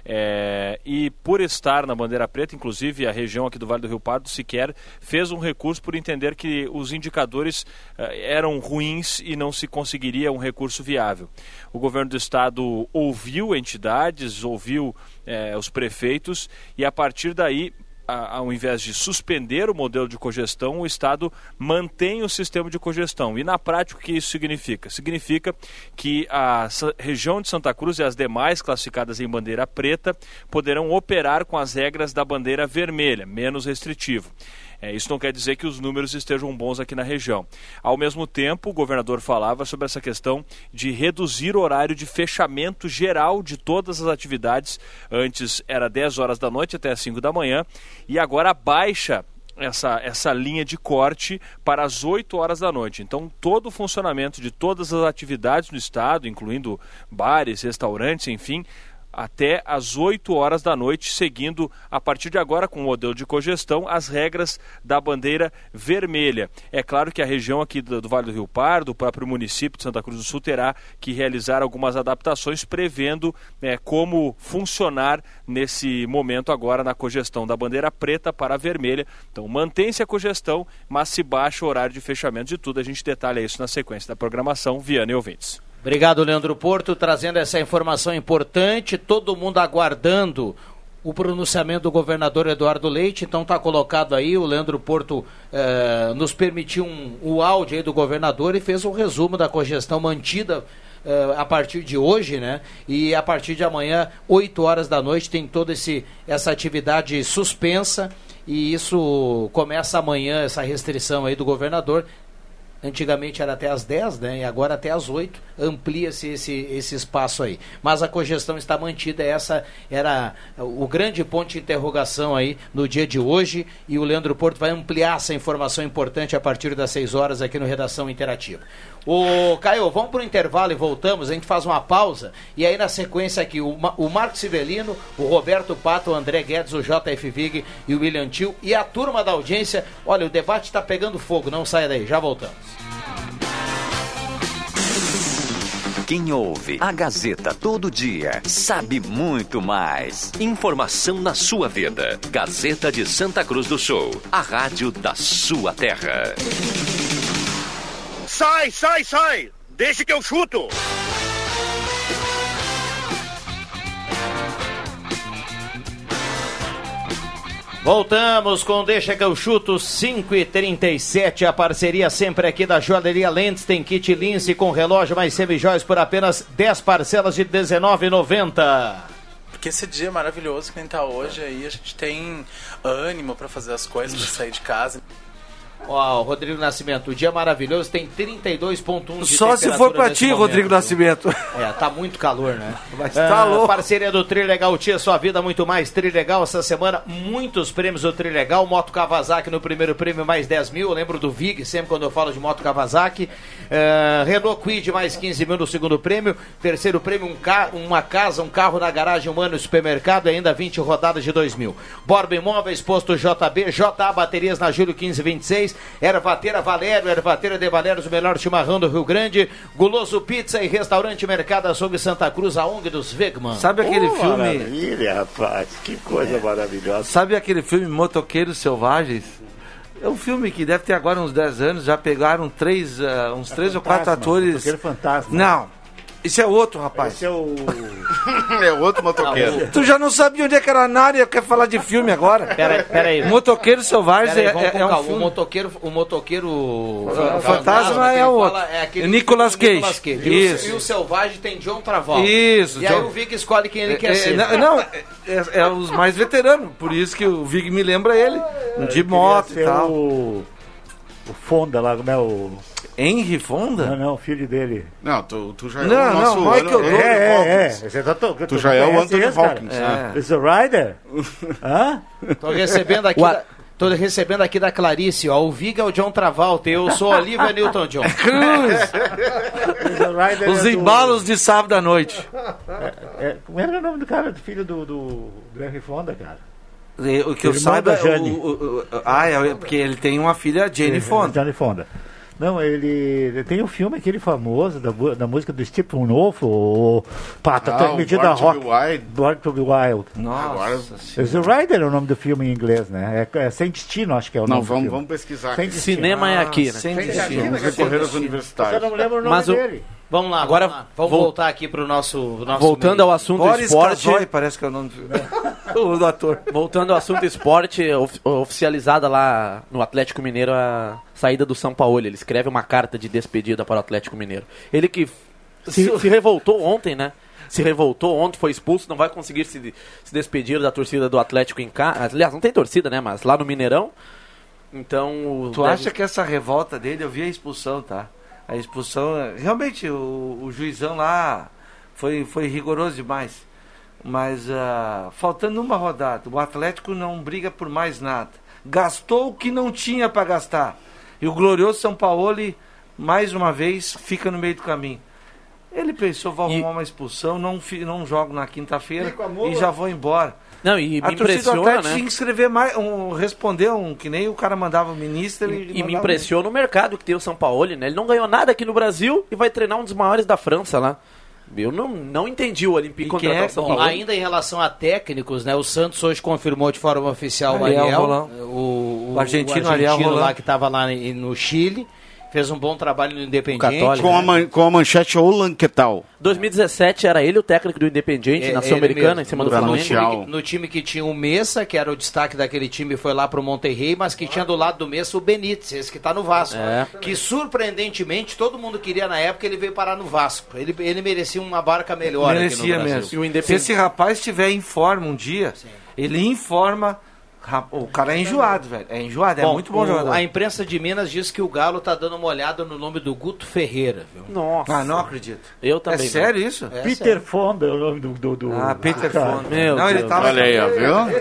É, e por estar na bandeira preta, inclusive a região aqui do Vale do Rio Pardo sequer fez um recurso por entender que os indicadores é, eram ruins e não se conseguiria um recurso viável. O governo do estado ouviu entidades, ouviu é, os prefeitos e a partir daí, ao invés de suspender o modelo de cogestão, o Estado mantém o sistema de cogestão. E na prática o que isso significa? Significa que a região de Santa Cruz e as demais classificadas em bandeira preta poderão operar com as regras da bandeira vermelha, menos restritivo. É, isso não quer dizer que os números estejam bons aqui na região. Ao mesmo tempo, o governador falava sobre essa questão de reduzir o horário de fechamento geral de todas as atividades. Antes era dez horas da noite até as cinco da manhã e agora baixa essa, essa linha de corte para as oito horas da noite. Então, todo o funcionamento de todas as atividades no estado, incluindo bares, restaurantes, enfim, até às oito horas da noite, seguindo a partir de agora com o modelo de cogestão as regras da bandeira vermelha. É claro que a região aqui do, do Vale do Rio Pardo, o próprio município de Santa Cruz do Sul terá que realizar algumas adaptações prevendo é, como funcionar nesse momento agora na cogestão da bandeira preta para a vermelha. Então mantém-se a cogestão, mas se baixa o horário de fechamento de tudo. A gente detalha isso na sequência da programação. Viana e ouvintes. Obrigado, Leandro Porto, trazendo essa informação importante, todo mundo aguardando o pronunciamento do governador Eduardo Leite. Então está colocado aí, o Leandro Porto eh, nos permitiu um, o áudio aí do governador e fez um resumo da cogestão mantida eh, a partir de hoje, né? E a partir de amanhã, oito horas da noite, tem toda esse, essa atividade suspensa e isso começa amanhã, essa restrição aí do governador. Antigamente era até às dez, né? E agora até às oito, amplia-se esse, esse espaço aí. Mas a cogestão está mantida, essa era o grande ponto de interrogação aí no dia de hoje, e o Leandro Porto vai ampliar essa informação importante a partir das seis horas aqui no Redação Interativa. Ô, Caio, vamos para o intervalo e voltamos, a gente faz uma pausa, e aí na sequência aqui, o, o Marcos Civelino, o Roberto Pato, o André Guedes, o J F Vig e o William Tio, e a turma da audiência. Olha, o debate está pegando fogo, não saia daí, já voltamos. Quem ouve a Gazeta todo dia sabe muito mais. Informação na sua vida. Gazeta de Santa Cruz do Sul, a rádio da sua terra. Sai, sai, sai! Deixa que eu chuto! Voltamos com Deixa que eu chuto, cinco e trinta e sete, a parceria sempre aqui da Joalheria Lentes, tem kit Lince com relógio mais semijóias por apenas dez parcelas de dezenove reais e noventa centavos. Porque esse dia maravilhoso que nem tá hoje aí, a gente tem ânimo pra fazer as coisas, pra sair de casa. Ó, oh, Rodrigo Nascimento, o dia maravilhoso tem trinta e dois vírgula um de Só se for pra ti, momento, Rodrigo Nascimento. É, tá muito calor, né? Mas tá ah, louco. Parceria do Trilegal, tia, sua vida muito mais. Trilegal, essa semana, muitos prêmios do Trilegal. Moto Kawasaki no primeiro prêmio, mais dez mil. Eu lembro do Vig, sempre quando eu falo de Moto Kawasaki. Uh, Renault Kwid, mais quinze mil no segundo prêmio. Terceiro prêmio, um ca... uma casa, um carro na garagem, um ano no supermercado. E ainda vinte rodadas de dois mil. Borba Imóveis, posto J B, J A Baterias na Júlio quinze vinte e seis. Ervateira Valério, Ervateira de Valério, o melhor chimarrão do Rio Grande. Guloso Pizza e Restaurante Mercado Açougue Santa Cruz, a ONG dos Wegman. Sabe aquele oh, filme... Maravilha, rapaz, que coisa é. maravilhosa. Sabe aquele filme Motoqueiros Selvagens? É um filme que deve ter agora uns dez anos, já pegaram três, uh, uns é três ou quatro atores... Motoqueiro Fantasma. Não. Esse é outro, rapaz. Esse é o... é outro motoqueiro. Ah, tu já não sabia onde é que era na área, quer falar de filme agora? Pera, pera aí. Motoqueiro Selvagem aí, é, é um filme. O motoqueiro... O motoqueiro... O fantasma é o outro. É aquele Nicolas Cage. Nicolas Cage. Isso. E o Selvagem tem John Travolta. Isso. E John... aí o Vig escolhe quem ele quer é, ser. É, não, é, é os mais veteranos. Por isso que o Vig me lembra ele. Ah, de moto e tal. O... o Fonda lá, como é o... Henry Fonda? Não, não, o filho dele. Não, tu, tu já é não, o nosso... Não, Michael ano, é, é, é, Você tá to, tu, tu já é o Anthony esse, Hopkins. É. Is a Rider? Hã? Tô recebendo aqui... da, tô recebendo aqui da Clarice, ó. O Viga é o John Travolta, eu sou a Olivia Newton-John. Cruz! Os embalos de sábado à noite. É, é, como era o nome do cara, do filho do, do, do Henry Fonda, cara? O que eu saiba é o, o, o, Ah, é porque ele tem uma filha, Jane Fonda. Jane Fonda. Não, ele, ele tem um filme aquele famoso da, da música do Stephen Wolf, o Pata, ah, medida rock. Born to be Wild. Nossa. The Rider é o nome do filme em inglês, né? É, é Sem Destino, acho que é o não, nome vamos, do filme. Vamos pesquisar. Sem Cinema ah, é aqui, né? Sem Destino. Vamos recorrer aos universitários. Eu não lembro o nome Mas dele. O... Vamos lá, agora vamos, lá. vamos vol... voltar aqui pro nosso, nosso voltando meio. ao assunto Boris esporte. Casoy, parece que é o nome do, do ator. Voltando ao assunto esporte, of, oficializada lá no Atlético Mineiro a saída do São Paulo. Ele escreve uma carta de despedida para o Atlético Mineiro. Ele que se, se revoltou ontem, né? Se revoltou ontem, foi expulso, não vai conseguir se, se despedir da torcida do Atlético em casa. Aliás, não tem torcida, né? Mas lá no Mineirão. Então. Tu deve... acha que essa revolta dele, eu vi a expulsão, tá? A expulsão, realmente o, o juizão lá foi, foi rigoroso demais. Mas uh, faltando uma rodada, o Atlético não briga por mais nada. Gastou o que não tinha para gastar. E o glorioso São Paulo, mais uma vez, fica no meio do caminho. Ele pensou, vou arrumar e... uma expulsão, não, não jogo na quinta-feira e já vou embora. Não, e a me impressiona, né? Tinha que escrever mais, um, responder um, que nem o cara mandava o ministro. E, e me impressiona um... o mercado que tem o São Paulo, né? Ele não ganhou nada aqui no Brasil e vai treinar um dos maiores da França lá. Eu não, não entendi o Olympique contratar é, o São Paulo. Ainda em relação a técnicos, né? O Santos hoje confirmou de forma oficial Ariel, o Ariel, o, o, o argentino, o argentino Ariel lá que estava lá no Chile. Fez um bom trabalho no Independiente. Com, a man, com a manchete Olan, que tal? dois mil e dezessete era ele o técnico do Independiente, é, na Sul-Americana, em cima do Flamengo. No time, que, no time que tinha o Messa, que era o destaque daquele time, foi lá pro Monterrey, mas que tinha do lado do Messa o Benítez, esse que tá no Vasco. É. Que surpreendentemente todo mundo queria na época, ele veio parar no Vasco. Ele, ele merecia uma barca melhor. Merecia aqui no Brasil. Mesmo. Se esse rapaz estiver em forma um dia, sim, ele informa. O cara é enjoado, velho. É enjoado, bom, é muito bom o, jogador. A imprensa de Minas diz que o Galo tá dando uma olhada no nome do Guto Ferreira, viu? Nossa. Ah, não acredito. Eu também. É sério isso? É Peter sério. Fonda é o nome do... do, do... Ah, Peter ah, Fonda. Meu não, Deus. ele tava... Olha aí, ó,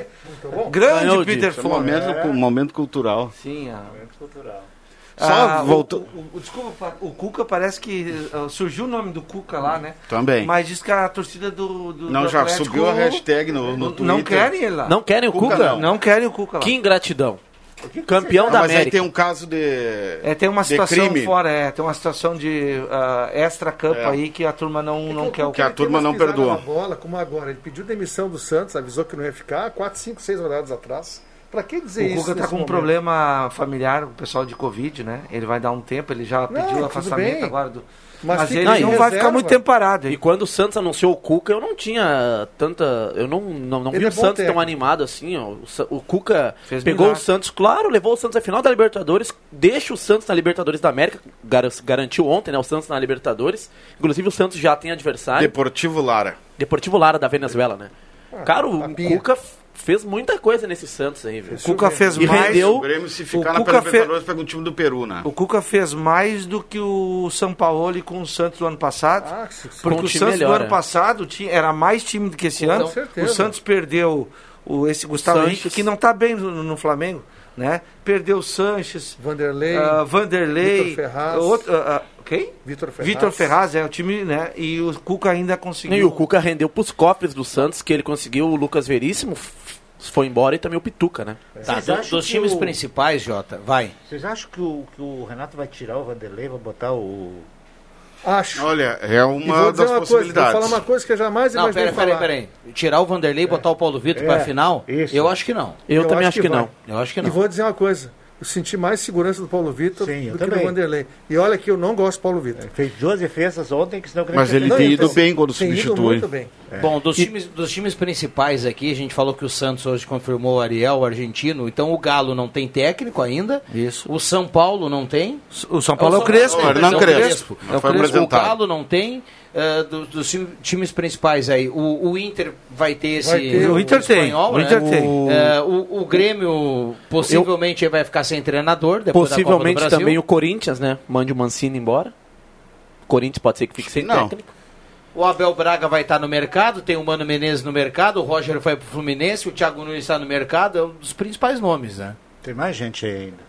viu? Grande Ganhou Peter disso. Fonda. Momento, é. momento cultural. Sim, ah. Momento cultural. Só ah, voltou. O, o, o, desculpa, o Cuca parece que uh, surgiu o nome do Cuca lá, né? Também. Mas diz que a torcida do, do não, do já Atlético, subiu a hashtag no, no Twitter. Não querem ele lá. Não querem o Cuca? Cuca não. não querem o Cuca lá. Que ingratidão. Que Campeão não, da mas América. Mas aí tem um caso de É, tem uma situação crime. fora, é, tem uma situação de uh, extra-campo é. aí que a turma não, é que não o, quer o que a turma não perdoa. Na bola, como agora, ele pediu demissão do Santos, avisou que não ia ficar quatro, cinco, seis rodadas atrás. Pra que dizer o isso? O Cuca tá com um momento? problema familiar, o pessoal de Covid, né? Ele vai dar um tempo, ele já não, pediu afastamento bem. agora do. Mas, Mas ele não, não vai reserva. ficar muito tempo parado. Hein? E quando o Santos anunciou o Cuca, eu não tinha tanta. Eu não, não, não vi é o Santos técnico. tão animado assim. Ó. O, o Cuca Fez pegou milagre. o Santos, claro, levou o Santos à final da Libertadores, deixa o Santos na Libertadores da América, gar garantiu ontem, né? O Santos na Libertadores. Inclusive o Santos já tem adversário. Deportivo Lara. Deportivo Lara da Venezuela, né? Ah, Cara, o Cuca fez muita coisa nesse Santos aí, velho. O Cuca fez e mais. Rendeu, o Grêmio, se ficar o na Cuca Libertadores, pega um time do Peru, né? O Cuca fez mais do que o São Paulo com o Santos do ano passado. Ah, porque um o Santos melhor, do ano é. passado tinha, era mais time do que esse Com ano. certeza. O Santos perdeu o, esse Gustavo Sanches. Henrique, que não está bem no, no Flamengo, né? Perdeu o Sanches, Vanderlei, uh, Vanderlei, Vitor Ferraz. outro, uh, uh, quem? Vitor Ferraz. Vitor Ferraz, é o time, né? E o Cuca ainda conseguiu. E o Cuca rendeu pros cofres do Santos, que ele conseguiu o Lucas Veríssimo, foi embora, e também o Pituca, né? Tá, do, dos times o... principais, Jota, vai. Vocês acham que o, que o Renato vai tirar o Vanderlei, vai botar o... Acho. Olha, é uma vou das uma possibilidades. Coisa, vou falar uma coisa que eu jamais não, imaginei pera, falar. Peraí, peraí. Tirar o Vanderlei e botar o Paulo Vitor É, pra final? isso. Eu acho que não. Eu, Eu também acho acho que, que não. Eu acho que não. E vou dizer uma coisa. Eu senti mais segurança do Paulo Vitor Sim, do que também. do Vanderlei. E olha que eu não gosto do Paulo Vitor. Fez duas defesas ontem, que senão... que Mas ele Não, tem ele ido tem- bem quando tem ido substitui. muito bem. É. Bom, dos, times, dos times principais aqui, a gente falou que o Santos hoje confirmou o Ariel, o argentino. Então o Galo não tem técnico ainda. Isso. O São Paulo não tem. O São Paulo é o Crespo. Não, Hernan Crespo. É o Foi Crespo. O apresentado. Galo não tem. Uh, do- dos time- times principais aí. O, o Inter vai ter esse. Vai ter. O Inter tem, espanhol, o Inter né? tem. Uh, o, o Grêmio possivelmente vai ficar sem treinador. Depois Possivelmente da Copa do Brasil. também o Corinthians, né? Mande o Mancini embora. O Corinthians pode ser que fique sem Não. técnico. O Abel Braga vai estar no mercado, tem o Mano Menezes no mercado, o Roger foi pro Fluminense, o Thiago Nunes está no mercado, é um dos principais nomes, né? Tem mais gente aí ainda.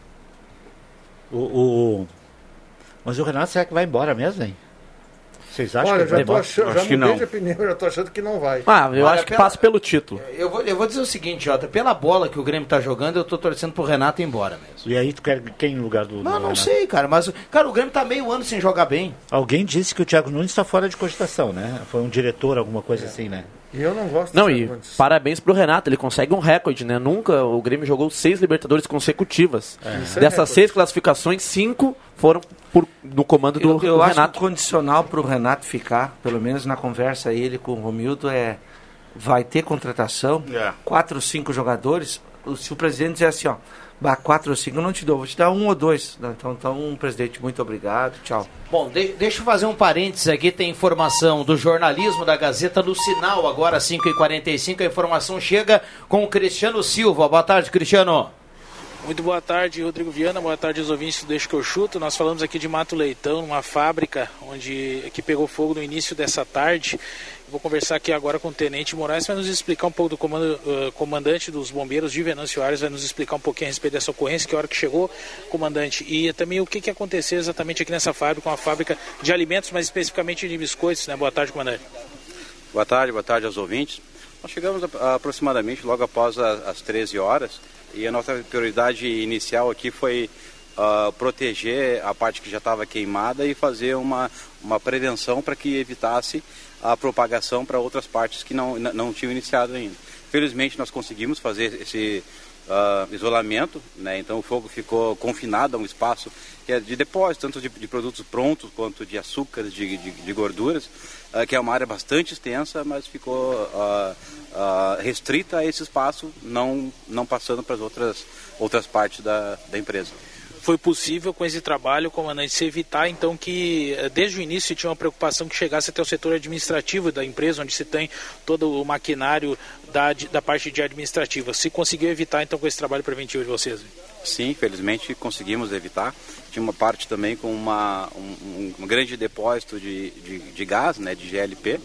O, o... Mas o Renato, será que vai embora mesmo, hein? Vocês acham Olha, que já vai tô embora? achando, já mudei de opinião, já tô achando que não vai. Ah, eu Olha, acho que pela- passa pelo título. Eu vou, eu vou dizer o seguinte, Jota, pela bola que o Grêmio tá jogando, eu tô torcendo pro Renato ir embora mesmo. E aí tu quer quem no lugar do... Não, do não Renato? sei, cara, mas cara, o Grêmio tá meio ano sem jogar bem. Alguém disse que o Thiago Nunes está fora de cogitação, né? Foi um diretor, alguma coisa assim, né? E eu não gosto Não, do e Thiago Nunes. parabéns pro Renato, ele consegue um recorde, né? Nunca o Grêmio jogou seis Libertadores consecutivas. Isso é Dessas recorde. seis classificações, cinco foram por, no comando do, Eu, eu do acho Renato. que o condicional para o Renato ficar, pelo menos na conversa ele com o Romildo, é vai ter contratação, É. quatro ou cinco jogadores. o- Se o presidente dizer assim, ó, bah, quatro ou cinco eu não te dou, vou te dar um ou dois. Não, Então, então, presidente, muito obrigado, tchau. Bom, de- deixa eu fazer um parênteses aqui, tem informação do jornalismo da Gazeta no Sinal, agora cinco e quarenta e cinco, a informação chega com o Cristiano Silva. Boa tarde, Cristiano. Muito boa tarde, Rodrigo Viana, boa tarde aos ouvintes do Deixa que eu chuto. Nós falamos aqui de Mato Leitão, numa fábrica onde que pegou fogo no início dessa tarde. Vou conversar aqui agora com o Tenente Moraes, vai nos explicar um pouco do comando, uh, comandante dos bombeiros de Venâncio Aires, vai nos explicar um pouquinho a respeito dessa ocorrência, que hora que chegou, comandante, e também o que, que aconteceu exatamente aqui nessa fábrica, uma fábrica de alimentos, mas especificamente de biscoitos, né? Boa tarde, comandante. Boa tarde, boa tarde aos ouvintes. Nós chegamos a, aproximadamente logo após a, as treze horas e a nossa prioridade inicial aqui foi uh, proteger a parte que já estava queimada e fazer uma, uma prevenção para que evitasse a propagação para outras partes que não, não tinham iniciado ainda. Felizmente nós conseguimos fazer esse uh, isolamento, né? Então o fogo ficou confinado a um espaço que é de depósito, tanto de, de produtos prontos quanto de açúcares, de, de, de gorduras, uh, que é uma área bastante extensa, mas ficou uh, uh, restrita a esse espaço, não, não passando para as outras, outras partes da, da empresa. Foi possível com esse trabalho, comandante, se evitar então que desde o início tinha uma preocupação que chegasse até o setor administrativo da empresa, onde se tem todo o maquinário da, da parte de administrativa. Se conseguiu evitar então com esse trabalho preventivo de vocês? Sim, felizmente conseguimos evitar. Tinha uma parte também com uma, um, um grande depósito de, de, de gás, né, de G L P,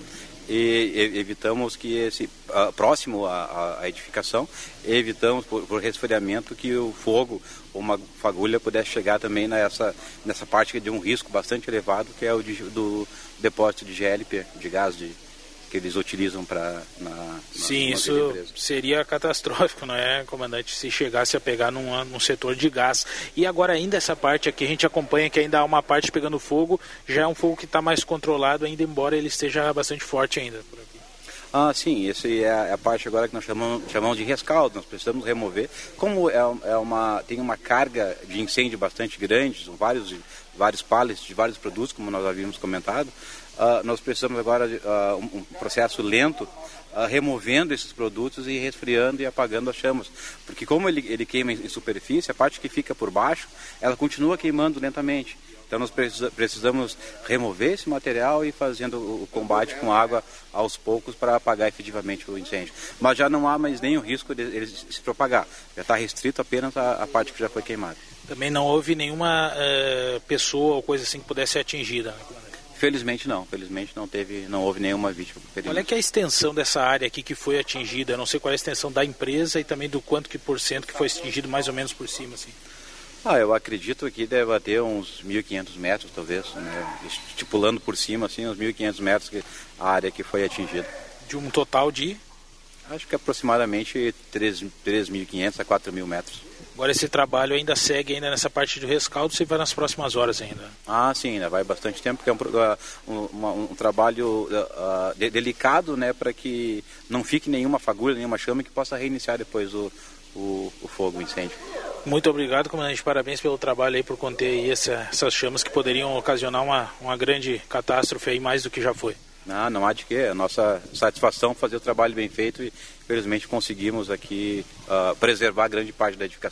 e evitamos que esse uh, próximo à, à edificação, evitamos por, por resfriamento que o fogo ou uma fagulha pudesse chegar também nessa, nessa parte de um risco bastante elevado, que é o de, do depósito de G L P, de gás de, que eles utilizam para na, na Sim, na isso empresa. seria catastrófico, não é, comandante, se chegasse a pegar num, num setor de gás. E agora ainda essa parte aqui, a gente acompanha que ainda há uma parte pegando fogo, já é um fogo que está mais controlado ainda, embora ele esteja bastante forte ainda por aqui. Ah, sim, essa é a parte agora que nós chamamos, chamamos de rescaldo, nós precisamos remover. Como é, é uma, tem uma carga de incêndio bastante grande, são vários, vários pallets de vários produtos, como nós havíamos comentado, uh, nós precisamos agora de uh, um, um processo lento, uh, removendo esses produtos e resfriando e apagando as chamas. Porque como ele, ele queima em superfície, a parte que fica por baixo, ela continua queimando lentamente. Então nós precisamos remover esse material e fazendo o combate com água aos poucos para apagar efetivamente o incêndio. Mas já não há mais nenhum risco de ele se propagar. Já está restrito apenas a, a parte que já foi queimada. Também não houve nenhuma uh, pessoa ou coisa assim que pudesse ser atingida, né? Felizmente não, felizmente não teve, não houve nenhuma vítima. Qual é que é a extensão dessa área aqui que foi atingida? Eu não sei qual é a extensão da empresa e também do quanto que por cento que foi atingido mais ou menos por cima, assim. Ah, eu acredito que deve ter uns mil e quinhentos metros, talvez, né? Estipulando por cima, assim, uns mil e quinhentos metros que a área que foi atingida. De um total de? Acho que aproximadamente três mil e quinhentos a quatro mil metros. Agora esse trabalho ainda segue ainda nessa parte do rescaldo, você vai nas próximas horas ainda? Ah, sim, ainda vai bastante tempo, porque é um, um, um trabalho uh, de, delicado, né, para que não fique nenhuma fagulha, nenhuma chama que possa reiniciar depois o, o, o fogo, o incêndio. Muito obrigado, comandante. Parabéns pelo trabalho aí por conter aí essa, essas chamas que poderiam ocasionar uma, uma grande catástrofe aí, mais do que já foi. Ah, não há de que. A nossa satisfação fazer o trabalho bem feito e, felizmente, conseguimos aqui uh, preservar grande parte da edificação.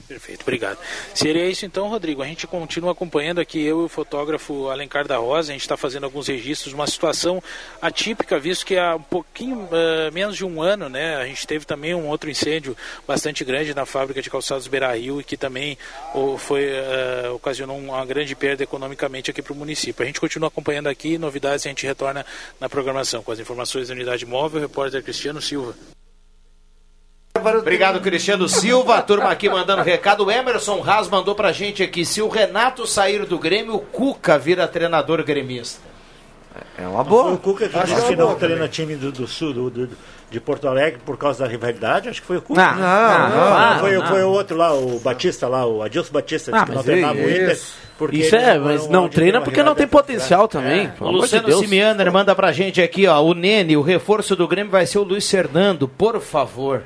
Perfeito, obrigado. Seria isso então, Rodrigo. A gente continua acompanhando aqui, eu e o fotógrafo Alencar da Rosa, a gente está fazendo alguns registros de uma situação atípica, visto que há um pouquinho, uh, menos de um ano, né, a gente teve também um outro incêndio bastante grande na fábrica de calçados Beira-Rio e que também uh, foi, uh, ocasionou uma grande perda economicamente aqui para o município. A gente continua acompanhando aqui, novidades a gente retorna na programação. Com as informações da Unidade Móvel, o repórter Cristiano Silva. Obrigado, Cristiano Silva. A turma aqui mandando recado. O Emerson Haas mandou pra gente aqui: se o Renato sair do Grêmio, o Cuca vira treinador gremista. É uma boa. O Cuca que acho que não treina time do, do sul, do, do, de Porto Alegre por causa da rivalidade, acho que foi o Cuca. Não, não, não, não, não foi, não. foi o outro lá, o Batista lá, o Adilson Batista, ah, que não treinava o Inter. Isso é, mas não treina porque não tem potencial também. É. O Luciano de Simiander manda pra gente aqui, ó, o Nene, o reforço do Grêmio vai ser o Luiz Fernando, por favor.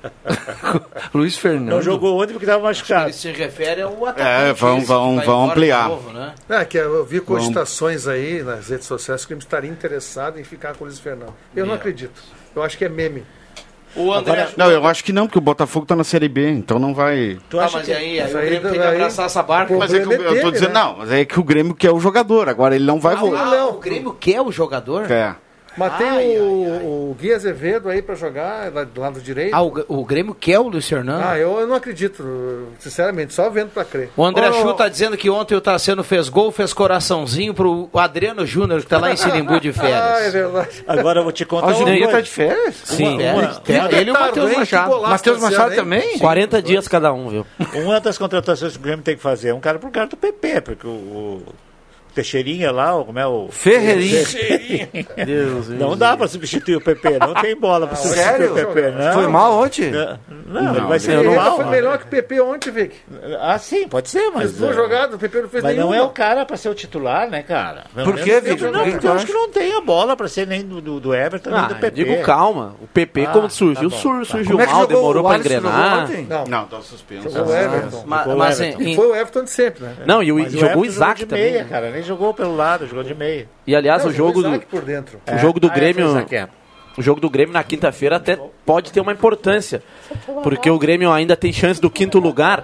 Luiz Fernando. Não jogou ontem porque estava machucado. Ele se refere ao atacante. É, vão, vão, vão ampliar. Novo, né? É, que eu vi cogitações aí nas redes sociais que o Grêmio estaria interessado em ficar com o Luiz Fernando. Eu Meu. não acredito. Eu acho que é meme. O André... Agora, não, eu acho que não, porque o Botafogo tá na Série B, então não vai... Tu acha ah, mas que... aí, aí o Grêmio tem que abraçar essa barca. Mas é que eu, eu tô dizendo, né? Não, mas é que o Grêmio quer o jogador, agora ele não vai ah, voltar. Não, o Grêmio quer o jogador? Quer. Mas tem ai, o, ai, ai. o Gui Azevedo aí pra jogar, lá do lado direito. Ah, o, o Grêmio quer o Luiz Fernando? Ah, eu, eu não acredito, sinceramente, só vendo pra crer. O André oh, Chu tá dizendo que ontem o Tassiano fez gol, fez coraçãozinho pro Adriano Júnior, que tá lá em Sinimbu de férias. Ah, é verdade. Agora eu vou te contar. O Juninho tá de férias? Sim. É, é. Ele e o Matheus Machado. Matheus Machado também? quarenta dias cada um, viu? Uma das contratações que o Grêmio tem que fazer é um cara pro cara do P P, porque o... o... Teixeirinha lá, como é o... Ferreirinha. Deus, não Deus dá Deus. para substituir o P P, não tem bola para substituir Sério? o P P. Não. Foi mal ontem? Não, não, não ele vai ser ele mal. Foi melhor que o P P ontem, Vic. Ah, sim, pode ser, mas... Fez duas é... jogadas, o P P não fez mas nenhuma. Mas não é o cara para ser o titular, né, cara? Por que, Vic? Não, não, porque eu acho que não tem a bola para ser nem do, do, do Everton, ah, nem do P P. Digo, calma. O P P, ah, quando surgiu, tá sur, surgiu tá. mal, demorou para engrenar. Não, não, tá suspenso. Jogou o Everton. Mas, mas, e foi o Everton de sempre, né? Não, e o, jogou o Isaac também. Meia, cara, nem jogou pelo lado, jogou de meia. E aliás, não, o jogo do por dentro. o jogo do é. Grêmio, ah, é, o jogo do Grêmio na quinta-feira até pode ter uma importância, porque o Grêmio ainda tem chance do quinto lugar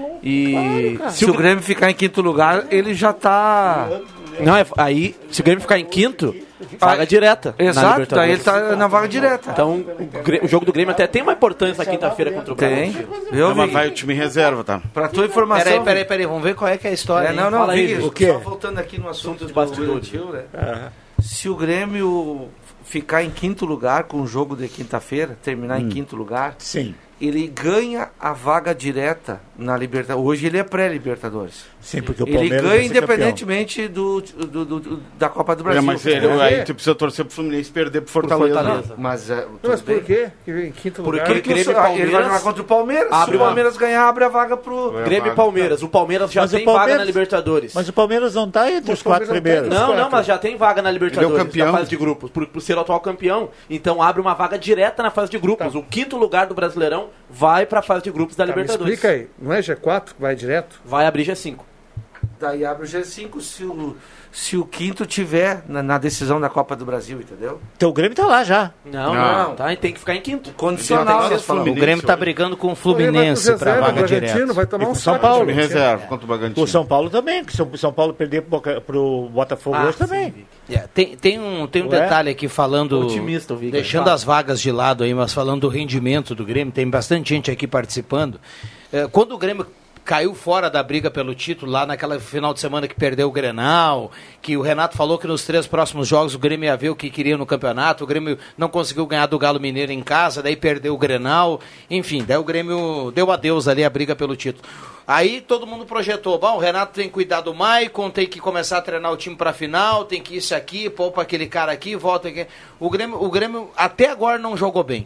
e claro, se o Grêmio ficar em quinto lugar, ele já tá não é aí, se o Grêmio ficar em quinto, vaga direta. Exato, daí ele tá na vaga direta. Então, o, o jogo do Grêmio até tem uma importância na quinta-feira contra o Bragantino. Tem. Eu mas vai o time reserva, tá? Pra tua informação. Peraí, peraí, peraí, vamos ver qual é que é a história. É, não, não, Fala aí, Vic, o quê? Só voltando aqui no assunto dos bastidores, né? Uhum. Se o Grêmio ficar em quinto lugar com o jogo de quinta-feira, terminar hum. em quinto lugar, sim, ele ganha a vaga direta na Libertadores. Hoje ele é pré-Libertadores. Sim, porque o ele Palmeiras ganha independentemente do, do, do, do, da Copa do Brasil. É, mas ele, aí tu precisa torcer pro Fluminense perder pro Fortaleza. Por Fortaleza. Mas, uh, não, mas por quê? Em quinto lugar? Porque Porque o, Palmeiras, ele vai jogar contra o Palmeiras. Abre Se o Palmeiras uma... ganhar, abre a vaga pro é Grêmio e Palmeiras. O Palmeiras já mas tem Palmeiras... vaga na Libertadores. Mas o Palmeiras não tá entre os quatro primeiros. Não, não, mas já tem vaga na Libertadores. Ele é o campeão. Na fase de grupos, por, por ser o atual campeão. Então abre uma vaga direta na fase de grupos. Tá. O quinto lugar do Brasileirão vai pra fase de grupos da tá, Libertadores. Explica aí, não é G quatro que vai direto? Vai abrir G cinco. Daí abre o G cinco se o, se o quinto tiver na, na decisão da Copa do Brasil, entendeu? Então o Grêmio tá lá já. Não, não, não tá, tem que ficar em quinto. Condicional. O Grêmio tá brigando com o Fluminense para a vaga direta. Vai tomar um São Paulo. Time reserva contra o Bragantino. O São Paulo também, que o São Paulo perder pro, pro Botafogo ah, hoje sim, também. Yeah, tem, tem um, tem um detalhe aqui falando, otimista, Vic, deixando as vagas de lado aí, mas falando do rendimento do Grêmio, tem bastante gente aqui participando. É, quando o Grêmio caiu fora da briga pelo título lá naquela final de semana que perdeu o Grenal, que o Renato falou que nos três próximos jogos o Grêmio ia ver o que queria no campeonato, o Grêmio não conseguiu ganhar do Galo Mineiro em casa, daí perdeu o Grenal, enfim, daí o Grêmio deu adeus ali a briga pelo título. Aí todo mundo projetou, bom, o Renato tem que cuidar do Maicon, tem que começar a treinar o time pra final, tem que ir isso aqui, poupa aquele cara aqui, volta aqui. O Grêmio, o Grêmio até agora não jogou bem.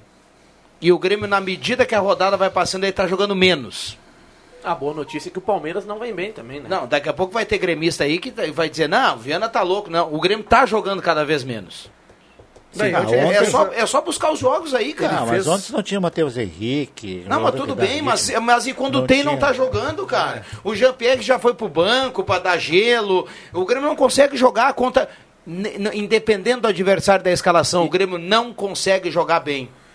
E o Grêmio, na medida que a rodada vai passando, ele tá jogando menos. A boa notícia é que o Palmeiras não vem bem também, né? Não, daqui a pouco vai ter gremista aí que vai dizer, não, o Viana tá louco. Não, o Grêmio tá jogando cada vez menos. Sim, ah, é, é, só, é só buscar os jogos aí, cara. Não, fez... mas ontem não tinha o Matheus Henrique. Não, mas tudo bem, mas, mas e quando não tem, tinha. Não tá jogando, cara. O Jean-Pierre já foi pro banco pra dar gelo. O Grêmio não consegue jogar contra... Independente do adversário da escalação, o Grêmio não consegue jogar bem.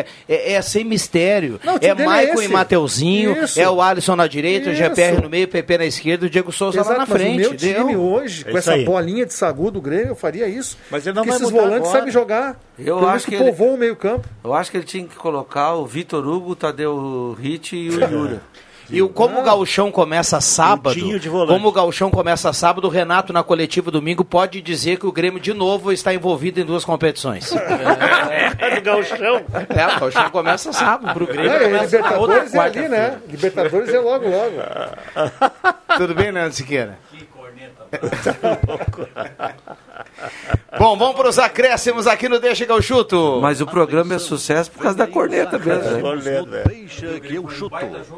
é, é, é sem mistério. Não, é Maicon é e Mateuzinho, Isso. é o Alisson na direita, Isso. o G P R no meio, o P P na esquerda e o Diego Souza Exato, lá na frente. Mas o meu time deu. hoje, É com essa aí. bolinha de sagu do Grêmio, eu faria isso. Mas ele não Porque vai esses mudar volantes agora. sabem jogar. Eu Por acho isso que que ele- povoam o meio campo. Eu acho que ele tinha que colocar o Vitor Hugo Hugo, o Tadeu Hit e o Yura. E o, como o Gauchão começa sábado, como o Gauchão começa sábado, o Renato na coletiva domingo pode dizer que o Grêmio de novo está envolvido em duas competições. É do Gauchão. É, o Gauchão começa sábado pro Grêmio. É, começa Libertadores é ali, né? Libertadores é logo, logo. Tudo bem, Nando Siqueira? Que corneta. Bom, vamos para os acréscimos aqui no Deixa que eu chuto. Mas o programa é sucesso por causa da corneta mesmo. É, corneta, Deixa que eu chuto.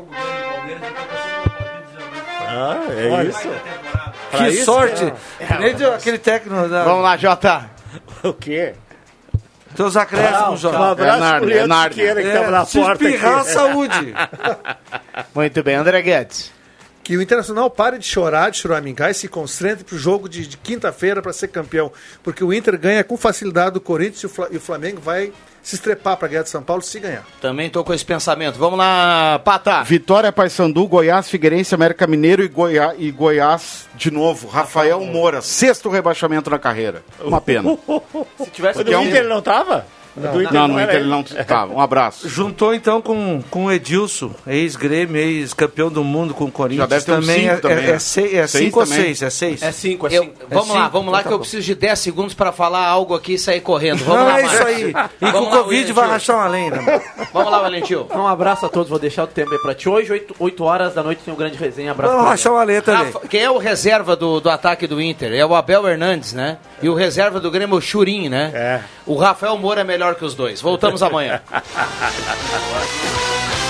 Ah, é Olha, isso. Que isso, sorte. é. Nem de aquele técnico. Da... Vamos lá, Jota. O quê? Teus acréscimos, Jota. Um abraço é pro Leandro Siqueira que estava na se porta espirrar, aqui. saúde. Muito bem, André Guedes. Que o Internacional pare de chorar, de choramingar e se concentre para o jogo de, de quinta-feira para ser campeão. Porque o Inter ganha com facilidade do Corinthians e o, Fla, e o Flamengo vai se estrepar para ganhar de São Paulo se ganhar. Também estou com esse pensamento. Vamos lá, Pata. Vitória, Paysandu, Goiás, Figueirense, América Mineiro e, Goiá, e Goiás de novo. Rafael Moura, sexto rebaixamento na carreira. Uma pena. Se tivesse o Inter, ele não estava? Não, não, não, no Inter ele não estava. Um abraço. Juntou então com, com o Edilson, ex-Grêmio, ex-campeão do mundo com o Corinthians. Já deve ter um também. cinco É, também. é, é, seis, é Seis cinco ou também. seis? É seis? É cinco, é Eu- cinco. vamos É lá, cinco? vamos lá Então que tá eu bom. preciso de dez segundos para falar algo aqui e sair correndo. Vamos Não, lá, é isso Marcos. aí. E Vamos com o lá, Covid Valentim. vai rachar uma lenha. Né? Vamos lá, Valentim. Um abraço a todos, vou deixar o tempo aí pra ti. Hoje, oito horas da noite, tem um grande resenha. Abraço. Vamos pra rachar uma lenha também. Rafa, quem é o reserva do, do ataque do Inter? É o Abel Hernandes, né? E o reserva do Grêmio é o Churin, né? É. O Rafael Moura é melhor que os dois. Voltamos amanhã.